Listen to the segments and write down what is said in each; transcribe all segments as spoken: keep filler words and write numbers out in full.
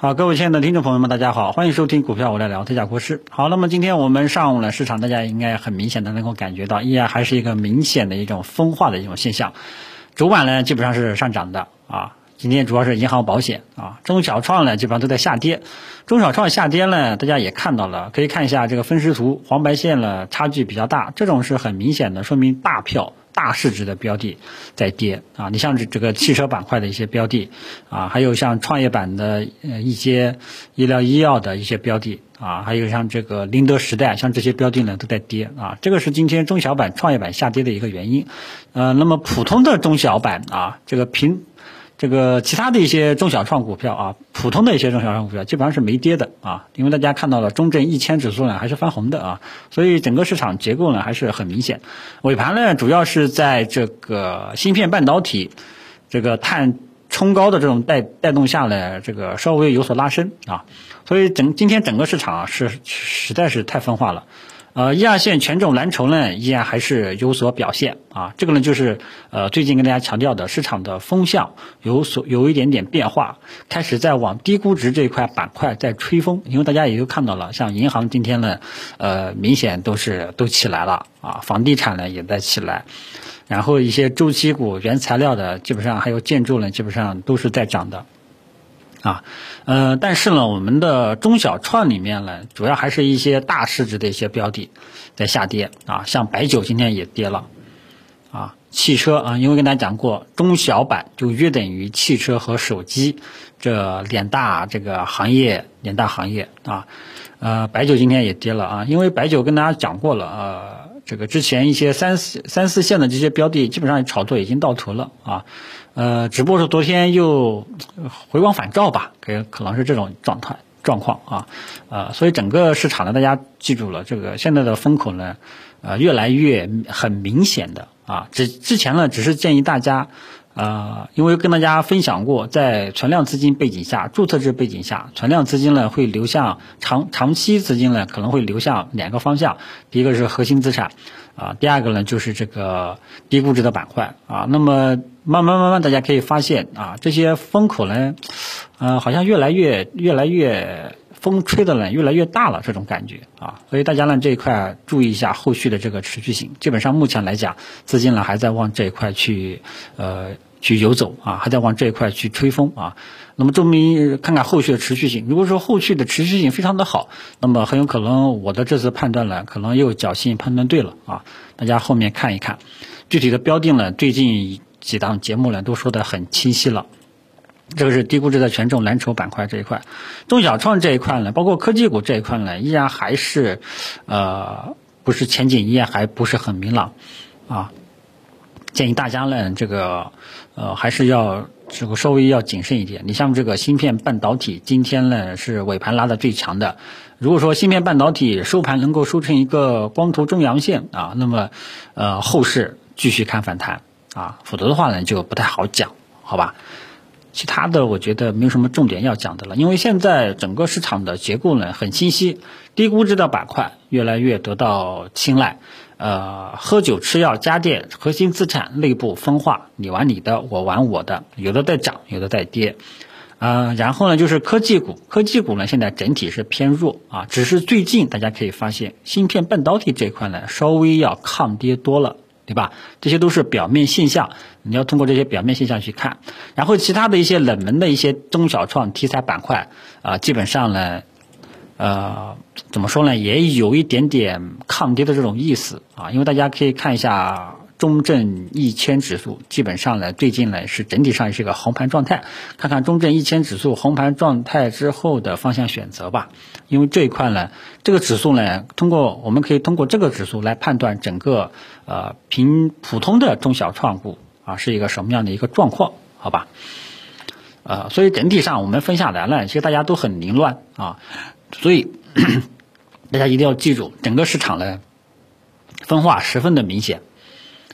好，各位亲爱的听众朋友们，大家好，欢迎收听股票我来聊，特价国师。好，那么今天我们上午呢，市场大家应该很明显的能够感觉到，依然还是一个明显的一种分化的一种现象。主板呢基本上是上涨的啊，今天主要是银行保险啊，中小创呢基本上都在下跌。中小创下跌呢，大家也看到了，可以看一下这个分时图，黄白线呢差距比较大，这种是很明显的，说明大票大市值的标的在跌啊。你像这这个汽车板块的一些标的啊，还有像创业板的呃一些医疗医药的一些标的啊，还有像这个宁德时代，像这些标的呢都在跌啊。这个是今天中小板、创业板下跌的一个原因。呃，那么普通的中小板啊，这个平这个其他的一些中小创股票啊，普通的一些中小创股票基本上是没跌的啊，因为大家看到了中证一千指数呢还是翻红的啊，所以整个市场结构呢还是很明显。尾盘呢主要是在这个芯片半导体这个碳冲高的这种带带动下呢，这个稍微有所拉升啊，所以整今天整个市场啊是实在是太分化了。呃，一二线权重蓝筹呢，依然还是有所表现啊。这个呢，就是呃最近跟大家强调的，市场的风向有所有一点点变化，开始在往低估值这一块板块在吹风。因为大家也都看到了，像银行今天呢，呃明显都是都起来了啊，房地产呢也在起来，然后一些周期股、原材料的，基本上还有建筑呢，基本上都是在涨的。啊，呃，但是呢，我们的中小创里面呢，主要还是一些大市值的一些标的在下跌啊，像白酒今天也跌了，啊，汽车啊，因为跟大家讲过，中小板就约等于汽车和手机这两大这个行业，两大行业啊，呃，白酒今天也跌了啊，因为白酒跟大家讲过了，呃，这个之前一些三四三四线的这些标的，基本上炒作已经到头了啊。呃，只不过是昨天又回光返照吧，可可能是这种状态状况啊，呃，所以整个市场呢，大家记住了，这个现在的风口呢，呃，越来越很明显的啊，之之前呢，只是建议大家，呃，因为跟大家分享过，在存量资金背景下，注册制背景下，存量资金呢会流向长长期资金呢可能会流向两个方向，第一个是核心资产。啊，第二个呢就是这个低估值的板块啊，那么慢慢慢慢大家可以发现啊，这些风口呢，呃，好像越来越越来越风吹的呢越来越大了这种感觉啊，所以大家呢这一块注意一下后续的这个持续性，基本上目前来讲，资金呢还在往这一块去呃去游走啊，还在往这一块去吹风啊。那么证明看看后续的持续性，如果说后续的持续性非常的好，那么很有可能我的这次判断呢，可能又侥幸判断对了啊。大家后面看一看，具体的标的呢，最近几档节目呢都说得很清晰了。这个是低估值的权重蓝筹板块这一块，中小创这一块呢，包括科技股这一块呢，依然还是呃不是前景依然还不是很明朗啊。建议大家呢，这个呃还是要这个稍微要谨慎一点。你像这个芯片半导体，今天呢是尾盘拉的最强的。如果说芯片半导体收盘能够收成一个光头中阳线啊，那么呃后市继续看反弹啊，否则的话呢就不太好讲，好吧？其他的我觉得没有什么重点要讲的了，因为现在整个市场的结构呢很清晰，低估值的板块越来越得到青睐。呃，喝酒吃药家电核心资产内部分化，你玩你的，我玩我的，有的在涨，有的在跌。呃，然后呢就是科技股，科技股呢现在整体是偏弱啊，只是最近大家可以发现，芯片半导体这一块呢稍微要抗跌多了，对吧？这些都是表面现象，你要通过这些表面现象去看。然后其他的一些冷门的一些中小创题材板块啊、呃，基本上呢。呃，怎么说呢，也有一点点抗跌的这种意思啊，因为大家可以看一下中证一千指数，基本上呢最近呢是整体上是一个红盘状态，看看中证一千指数红盘状态之后的方向选择吧。因为这一块呢，这个指数呢，通过我们可以通过这个指数来判断整个呃平普通的中小创股啊是一个什么样的一个状况，好吧？呃，所以整体上我们分下来了，其实大家都很凌乱啊。所以大家一定要记住，整个市场的分化十分的明显啊。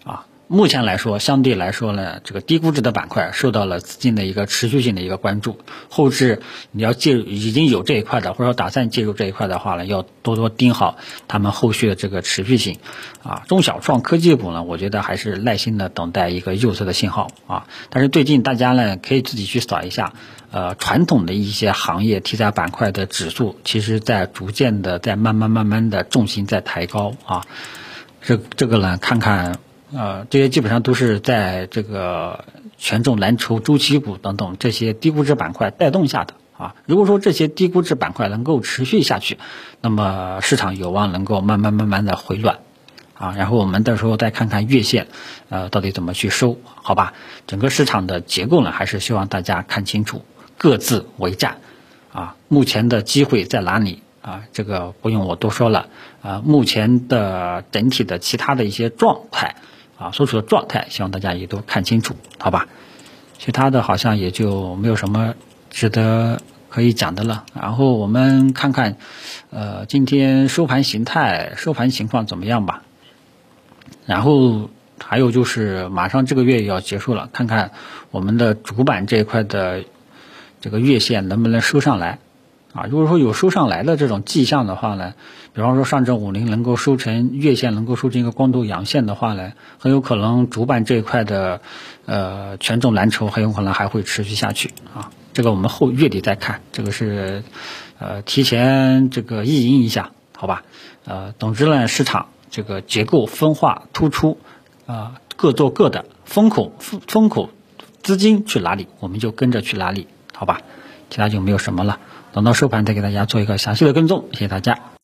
目前来说，相对来说呢，这个低估值的板块受到了资金的一个持续性的一个关注。后市你要介入已经有这一块的，或者说打算介入这一块的话呢，要多多盯好他们后续的这个持续性。啊，中小创科技股呢，我觉得还是耐心的等待一个右侧的信号啊。但是最近大家呢，可以自己去扫一下，呃，传统的一些行业题材板块的指数，其实在逐渐的在慢慢慢慢的重心在抬高啊。这这个呢，看看。呃，这些基本上都是在这个权重蓝筹、周期股等等这些低估值板块带动下的啊。如果说这些低估值板块能够持续下去，那么市场有望能够慢慢慢慢的回暖啊。然后我们到时候再看看月线，呃，到底怎么去收，好吧？整个市场的结构呢，还是希望大家看清楚，各自为战啊。目前的机会在哪里？啊，这个不用我多说了啊。目前的整体的其他的一些状态。啊，所处的状态，希望大家也都看清楚，好吧？其他的好像也就没有什么值得可以讲的了。然后我们看看，呃，今天收盘形态、收盘情况怎么样吧？然后还有就是马上这个月也要结束了，看看我们的主板这一块的这个月线能不能收上来。啊，如果说有收上来的这种迹象的话呢，比方说上证五零能够收成月线能够收成一个光头阳线的话呢，很有可能主板这一块的呃权重蓝筹很有可能还会持续下去啊。这个我们后月底再看，这个是呃提前这个意淫一下，好吧？呃，总之呢，市场这个结构分化突出啊、呃，各做各的，风口风口资金去哪里，我们就跟着去哪里，好吧？其他就没有什么了。等到收盘再给大家做一个详细的跟踪，谢谢大家。